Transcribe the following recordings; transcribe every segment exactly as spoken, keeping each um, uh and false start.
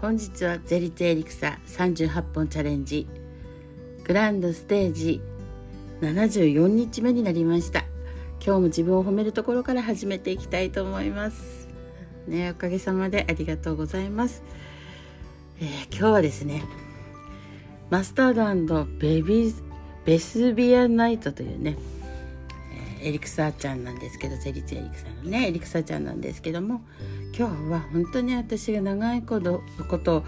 本日はゼリツエリクサさんじゅうはっぽんチャレンジグランドステージななじゅうよっかめになりました。今日も自分を褒めるところから始めていきたいと思いますね。おかげさまでありがとうございます。えー、今日はですねマスタード&ベビーベスビアナイトというね、えー、エリクサちゃんなんですけど、ゼリツエリクサのねエリクサちゃんなんですけども、今日は本当に私が長いことことを、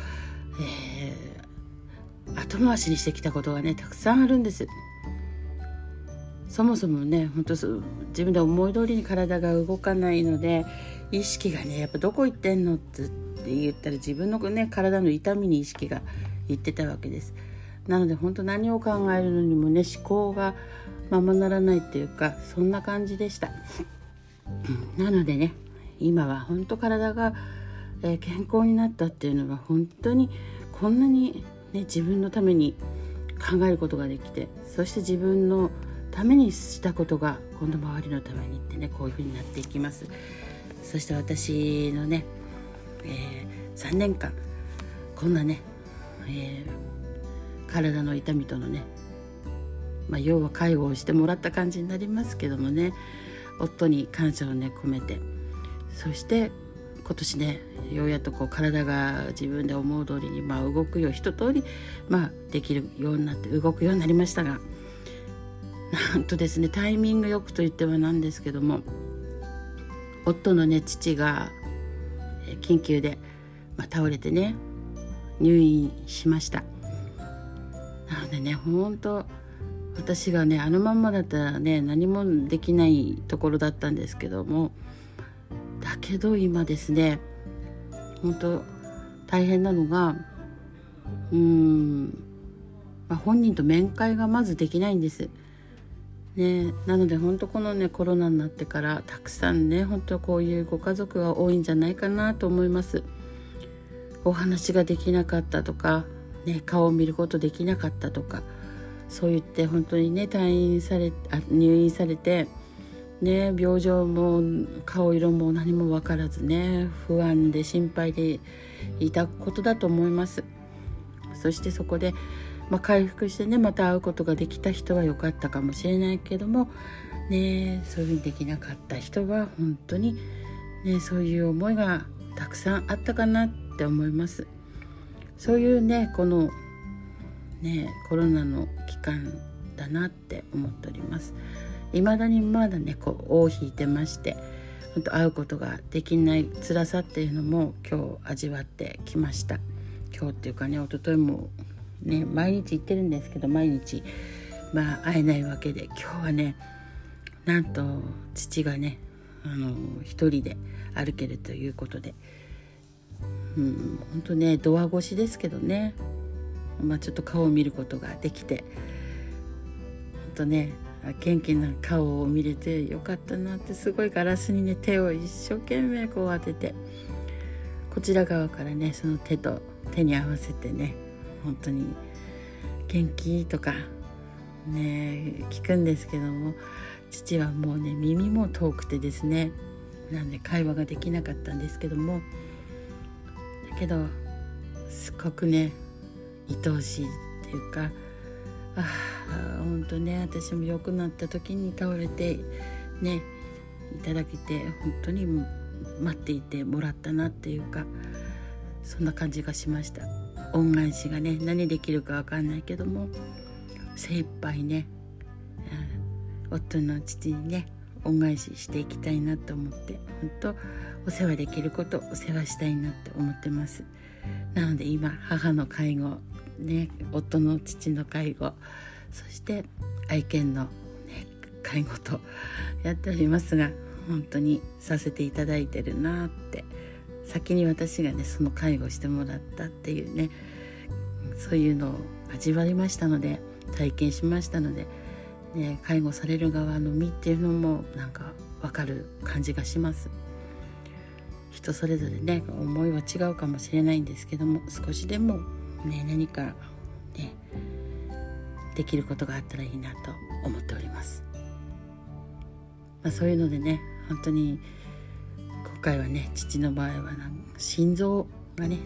えー、後回しにしてきたことがねたくさんあるんです。そもそもね本当自分で思い通りに体が動かないので、意識がねやっぱどこ行ってんのって言ったら自分のね体の痛みに意識が行ってたわけです。なので本当何を考えるのにもね思考がままならないっていうか、そんな感じでした。なのでね今は本当体が、えー、健康になったっていうのは本当にこんなに、ね、自分のために考えることができて、そして自分のためにしたことが今度周りのためにってねこういう風になっていきます。そして私のね、えー、さんねんかんこんなね、えー、体の痛みとのね、まあ、要は介護をしてもらった感じになりますけどもね、夫に感謝をね込めて、そして今年ねようやっとこう体が自分で思う通りにまあ動くよう一通りまあできるようになって動くようになりましたが、なんとですねタイミングよくと言ってはなんですけども、夫のね父が緊急で、まあ、倒れてね入院しました。なのでね本当私がねあのまんまだったらね何もできないところだったんですけども、だけど今ですね本当大変なのがうーん、まあ、本人と面会がまずできないんですね。なので本当このねコロナになってからたくさんね本当こういうご家族が多いんじゃないかなと思います。お話ができなかったとか、ね、顔を見ることできなかったとか、そう言って本当にね退院されあ入院されてね、病状も顔色も何も分からずね不安で心配でいたことだと思います。そしてそこで、まあ、回復してねまた会うことができた人は良かったかもしれないけどもね、そういうふうにできなかった人は本当にねそういう思いがたくさんあったかなって思います。そういうねこのねコロナの期間だなって思っております。未だにまだねこう尾を引いてまして、本当会うことができない辛さっていうのも今日味わってきました。今日っていうかね一昨日もね毎日行ってるんですけど、毎日まあ会えないわけで、今日はねなんと父がねあの一人で歩けるということで、うん本当ねドア越しですけどね、まあちょっと顔を見ることができて、本当ね元気な顔を見れてよかったなって、すごいガラスにね手を一生懸命こう当てて、こちら側からねその手と手に合わせてね本当に元気とかね聞くんですけども、父はもうね耳も遠くてですね、なんで会話ができなかったんですけども、だけどすごくね愛おしいっていうか、ああ本当ね私も良くなった時に倒れてねいただけて本当に待っていてもらったなっていうか、そんな感じがしました。恩返しがね何できるか分かんないけども精一杯ね、うん、夫の父にね恩返ししていきたいなと思って、本当お世話できることお世話したいなって思ってます。なので今母の介護ね、夫の父の介護、そして愛犬の、ね、介護とやっておりますが、本当にさせていただいてるなって、先に私がねその介護してもらったっていうね、そういうのを味わいましたので、体験しましたので、ね、介護される側の身っていうのもなんか分かる感じがします。人それぞれね思いは違うかもしれないんですけども、少しでもね何かねできることがあったらいいなと思っております。まあ、そういうのでね本当に今回はね父の場合はなん心臓がね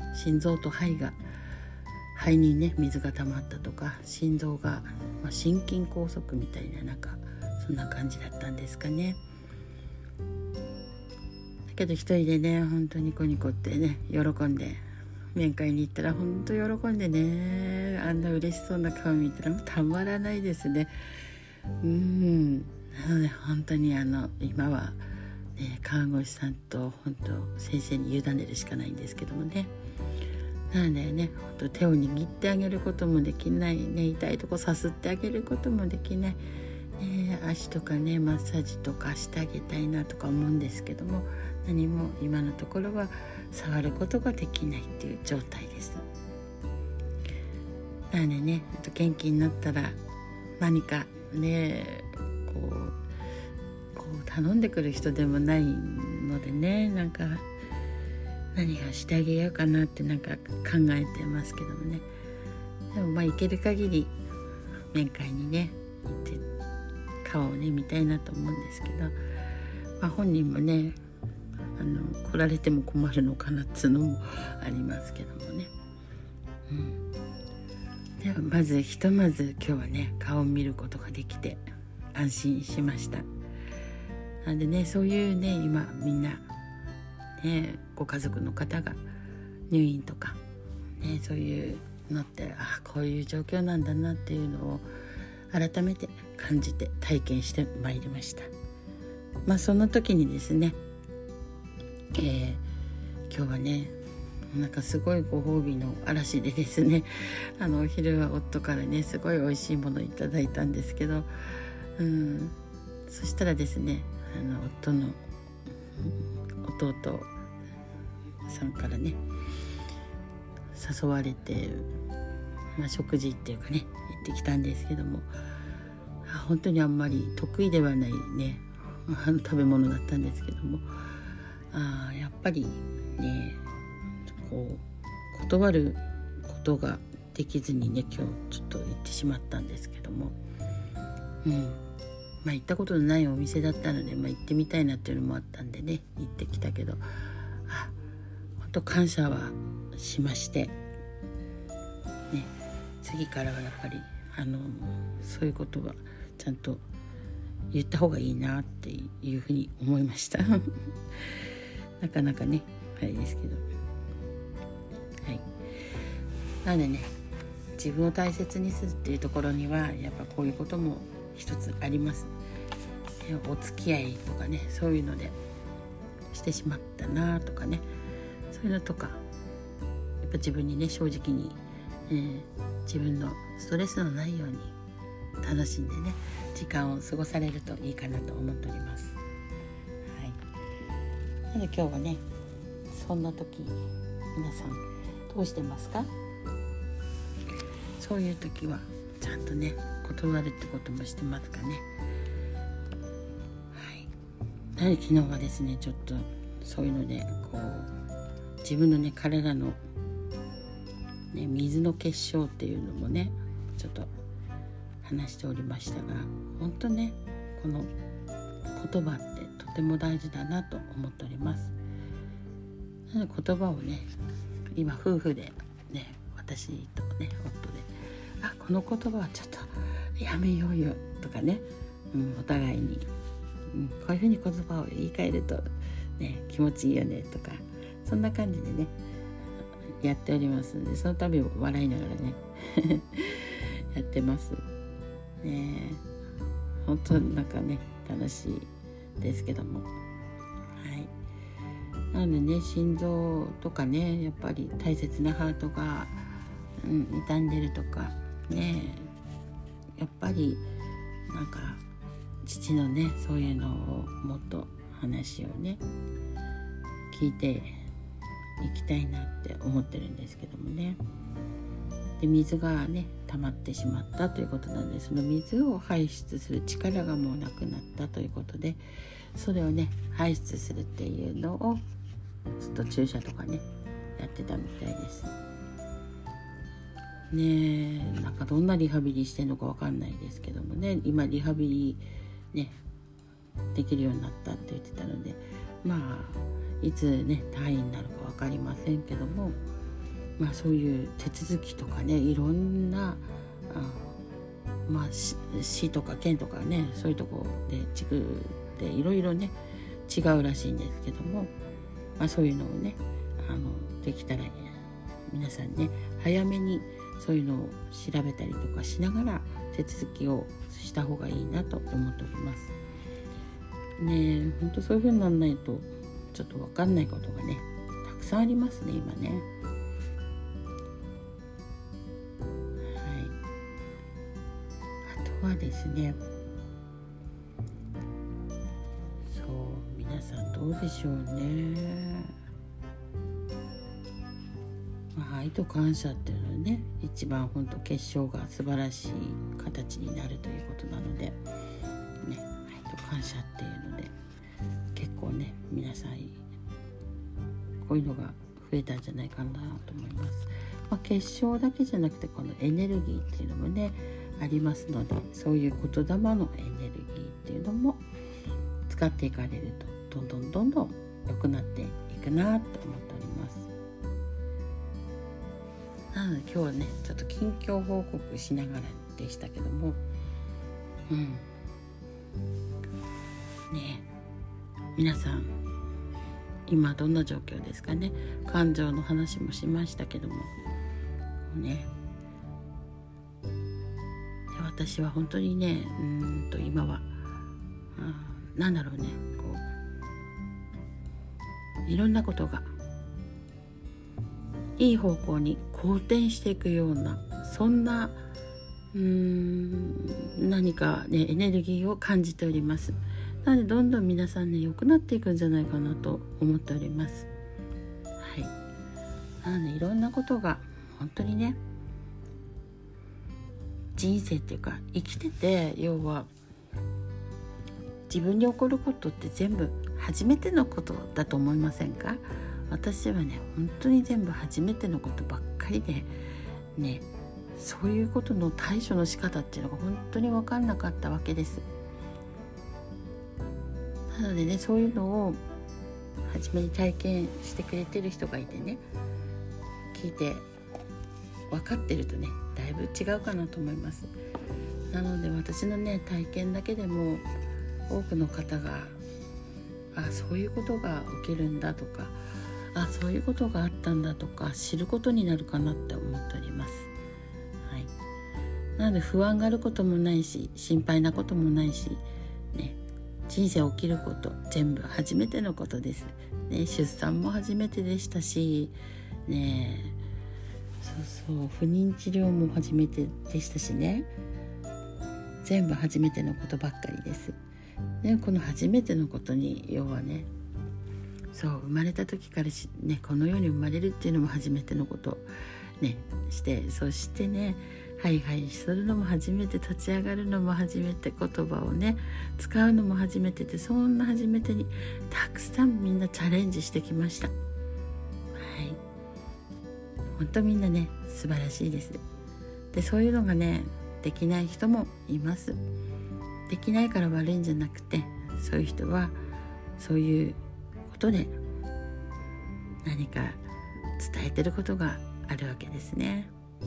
心臓と肺が肺にね水が溜まったとか、心臓が、まあ、心筋梗塞みたいな、なんかそんな感じだったんですかね。だけど一人でね本当にニコニコってね喜んで面会に行ったら本当喜んでね、あんな嬉しそうな顔見たらもうたまらないですね。うんなので本当にあの今は、ね、看護師さんと本当先生に委ねるしかないんですけどもね。なのでね本当手を握ってあげることもできない、ね、痛いとこさすってあげることもできない、ね、足とかねマッサージとかしてあげたいなとか思うんですけども、何も今のところは触ることができないっていう状態です。なのでね元気になったら何かねこう、こう頼んでくる人でもないのでね、なんか何がしてあげようかなってなんか考えてますけどもね。でもまあ行ける限り面会にね行って顔をね見たいなと思うんですけど、まあ、本人もねあの来られても困るのかなっつうのもありますけどもね、うん、ではまずひとまず今日はね顔を見ることができて安心しました。なんでねそういうね今みんなねご家族の方が入院とかねそういうのってあこういう状況なんだなっていうのを改めて感じて体験してまいりました。まあその時にですね、えー、今日はねなんかすごいご褒美の嵐でですね、あのお昼は夫からねすごい美味しいものをいただいたんですけど、うんそしたらですねあの夫の弟さんからね誘われて、まあ、食事っていうかね行ってきたんですけども、本当にあんまり得意ではないね食べ物だったんですけども、あやっぱりねこう断ることができずにね今日ちょっと行ってしまったんですけども、うんまあ行ったことのないお店だったので、まあ、行ってみたいなっていうのもあったんでね行ってきたけど、あ本当感謝はしまして、ね、次からはやっぱりあのそういうことはちゃんと言った方がいいなっていうふうに思いましたなかなかねあれですけど、はいなのでね自分を大切にするっていうところにはやっぱこういうことも一つあります。お付き合いとかねそういうのでしてしまったなとかね、そういうのとかやっぱ自分にね正直に、えー、自分のストレスのないように楽しんでね時間を過ごされるといいかなと思っております。はい、なので今日はねそんな時皆さんどうしてますか？そういう時はちゃんとね断るってこともしてますかね。はい。昨日はですねちょっとそういうのでこう自分のね体の、ね、水の結晶っていうのもねちょっと話しておりましたが、本当ねこの言葉ってとても大事だなと思っております。なので言葉をね今夫婦でね私とね夫であこの言葉はちょっとやめようよとかね、うん、お互いに、うん、こういうふうに言葉を言い換えると、ね、気持ちいいよねとかそんな感じでねやっておりますので、その度を笑いながらねやってますね。本当なんかね楽しいですけども、はい。なのでね心臓とかねやっぱり大切なハートが、うん、傷んでるとかねやっぱりなんか父のねそういうのをもっと話をね聞いていきたいなって思ってるんですけどもね。で水がね溜まってしまったということなので、その水を排出する力がもうなくなったということで、それをね排出するっていうのをずっと注射とかねやってたみたいですね。えなんかどんなリハビリしてんのかわかんないですけどもね、今リハビリねできるようになったって言ってたので、まあいつね退院になるかわかりませんけども、 まあ、そういう手続きとかね、いろんなあまあ、市とか県とかね、そういうとこで地区でいろいろね違うらしいんですけども、まあ、そういうのをねあのできたら皆さんね早めにそういうのを調べたりとかしながら手続きをした方がいいなと思っておりますね。え本当そういう風にならないとちょっと分かんないことがねたくさんありますね今ね。はですね、そう皆さんどうでしょうね。まあ、愛と感謝っていうのはね一番本当結晶が素晴らしい形になるということなので、ね、愛と感謝っていうので結構ね皆さんこういうのが増えたんじゃないかなと思います。まあ、結晶だけじゃなくてこのエネルギーっていうのもねありますので、そういう言霊のエネルギーっていうのも使っていかれるとどんどんどんどん良くなっていくなと思っております。なので今日はねちょっと近況報告しながらでしたけども、うんね皆さん今どんな状況ですかね。感情の話もしましたけどもね、私は本当にねうーんと今はなんだろうねこういろんなことがいい方向に好転していくようなそんなうーん何かねエネルギーを感じております。なのでどんどん皆さんね良くなっていくんじゃないかなと思っております。はい。なのでいろんなことが本当にね人生っていうか生きてて要は自分に起こることって全部初めてのことだと思いませんか？私はね本当に全部初めてのことばっかりでね、そういうことの対処の仕方っていうのが本当に分かんなかったわけです。なのでねそういうのを初めに体験してくれてる人がいてね聞いて分かってるとねだいぶ違うかなと思います。なので私のね体験だけでも多くの方があそういうことが起きるんだとかあそういうことがあったんだとか知ることになるかなって思っております。はい、なので不安があることもないし心配なこともないし、ね、人生起きること全部初めてのことです、ね、出産も初めてでしたしねそうそう不妊治療も初めてでしたしね全部初めてのことばっかりです。でこの初めてのことに要はねそう生まれた時からし、ね、この世に生まれるっていうのも初めてのことねしてそしてねハイハイするのも初めて立ち上がるのも初めて言葉をね使うのも初めてでそんな初めてにたくさんみんなチャレンジしてきました。はい本当みんなね素晴らしいです。でそういうのがねできない人もいます。できないから悪いんじゃなくてそういう人はそういうことで何か伝えてることがあるわけですね。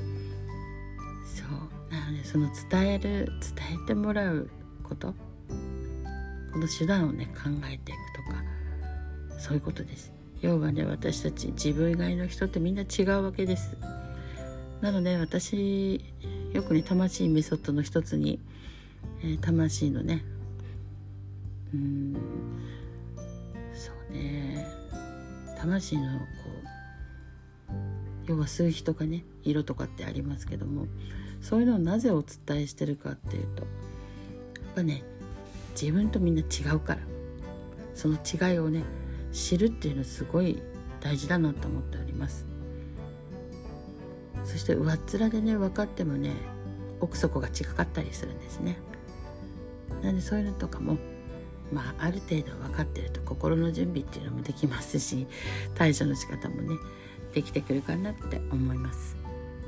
そうなのでその伝える伝えてもらうことこの手段をね考えていくとかそういうことです。要はね私たち自分以外の人ってみんな違うわけです。なので私よくね魂メソッドの一つに、えー、魂のねうーんそうね魂のこう要は数比とかね色とかってありますけどもそういうのをなぜお伝えしてるかっていうとやっぱね自分とみんな違うからその違いをね知るっていうのはすごい大事だなと思っております。そして上っ面でね分かってもね奥底が違かったりするんですね。なのでそういうのとかもまあある程度分かってると心の準備っていうのもできますし対処の仕方もねできてくるかなって思います。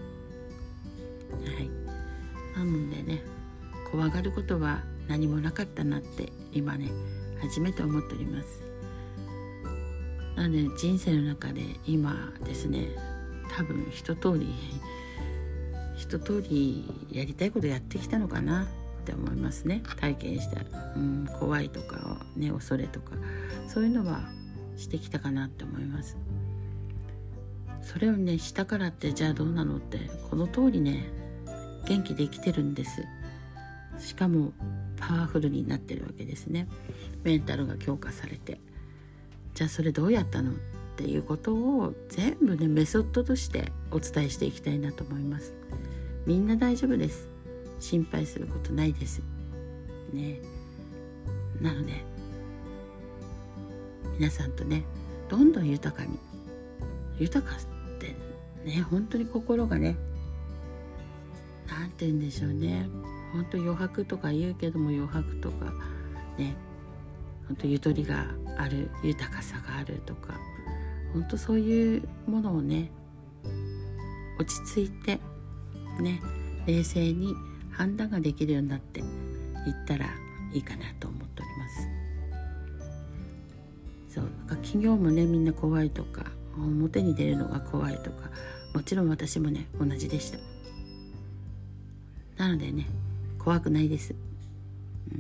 はいなのでね怖がることは何もなかったなって今ね初めて思っております。なので人生の中で今ですね多分一通り一通りやりたいことやってきたのかなって思いますね。体験した、うん、怖いとかね、恐れとかそういうのはしてきたかなって思います。それをねしたからってじゃあどうなのって、この通りね元気で生きてるんです。しかもパワフルになってるわけですね。メンタルが強化されて、じゃあそれどうやったのっていうことを全部ねメソッドとしてお伝えしていきたいなと思います。みんな大丈夫です。心配することないですね。なので皆さんとねどんどん豊かに、豊かってね本当に心がね、なんて言うんでしょうね、本当余白とか言うけども余白とかね、本当ゆとりがある、豊かさがあるとか、本当そういうものをね落ち着いてね冷静に判断ができるようになっていったらいいかなと思っております。そうなんか企業もねみんな怖いとか表に出るのが怖いとか、もちろん私もね同じでした。なのでね怖くないです、うん、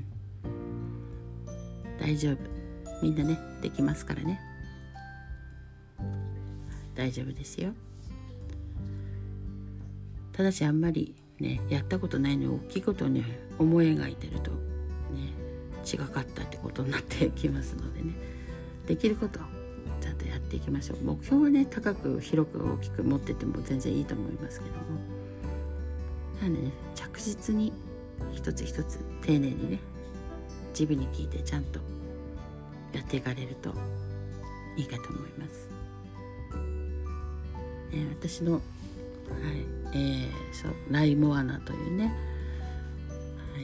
大丈夫、みんなねできますからね、大丈夫ですよ。ただしあんまりねやったことないのに大きいことをね思い描いてるとね違かったってことになってきますのでね、できることをちゃんとやっていきましょう。目標はね高く広く大きく持ってても全然いいと思いますけども、なのでね着実に一つ一つ丁寧にね自分に聞いてちゃんとやっていかれるといいかと思います、ね、私の、はいえー、そうライモアナというね、はい、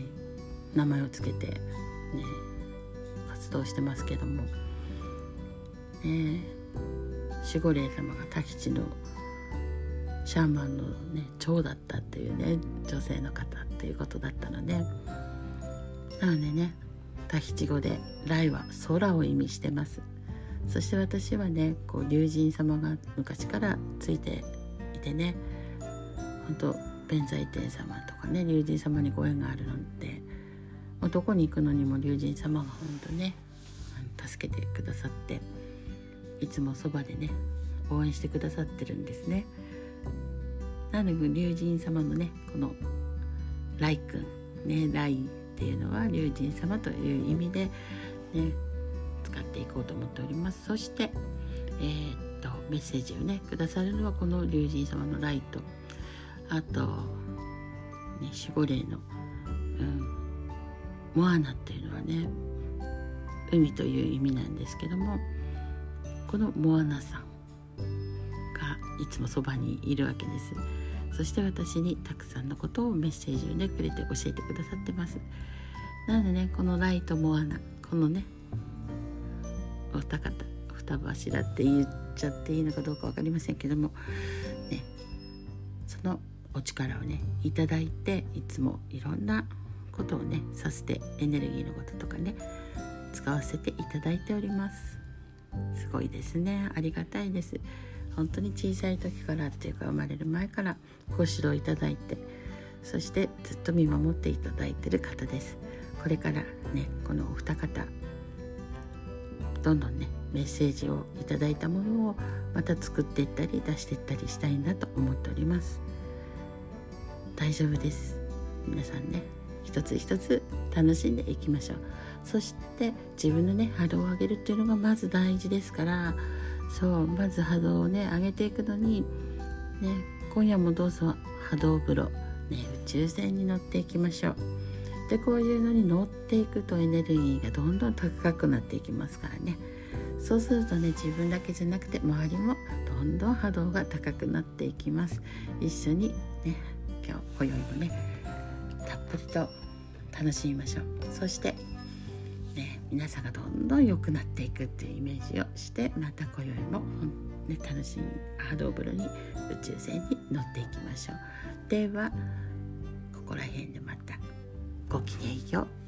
名前をつけて、ね、活動してますけども、ね、守護霊様がタヒチのシャーマンのね長だったっていうね女性の方っていうことだったので、なのでねタヒチ語でライは空を意味してます。そして私はねこう龍神様が昔からついていてね、本当弁財天様とかね龍神様にご縁があるので、もうどこに行くのにも龍神様が本当ね助けてくださって、いつもそばでね応援してくださってるんですね。なので龍神様のねこのライ君ね、ライっていうのは龍神様という意味でね使っていこうと思っております。そしてえー、っとメッセージをねくださるのはこの龍神様のライと、あと、ね、守護霊の、うん、モアナっていうのはね海という意味なんですけども、このモアナさんがいつもそばにいるわけです。そして私にたくさんのことをメッセージをねくれて教えてくださってます。なのでねこのライとモアナ、このねお二方双柱って言っちゃっていいのかどうか分かりませんけどもね、そのお力をねいただいて、いつもいろんなことをねさせて、エネルギーのこととかね使わせていただいております。すごいですね、ありがたいです。本当に小さい時からっていうか生まれる前からご指導いただいて、そしてずっと見守っていただいている方です。これからねこのお二方どんどんねメッセージをいただいたものをまた作っていったり出していったりしたいなと思っております。大丈夫です。皆さんね一つ一つ楽しんでいきましょう。そして自分のね波動を上げるっていうのがまず大事ですから、そうまず波動をね上げていくのにね、今夜もどうぞ波動風呂、ね、宇宙船に乗っていきましょう。でこういうのに乗っていくとエネルギーがどんどん高くなっていきますからね。そうするとね自分だけじゃなくて周りもどんどん波動が高くなっていきます。一緒にね今日今宵もねたっぷりと楽しみましょう。そしてね皆さんがどんどん良くなっていくっていうイメージをして、また今宵も、ね、楽しみ波動風呂に宇宙船に乗っていきましょう。ではここら辺でまたごきげんよう。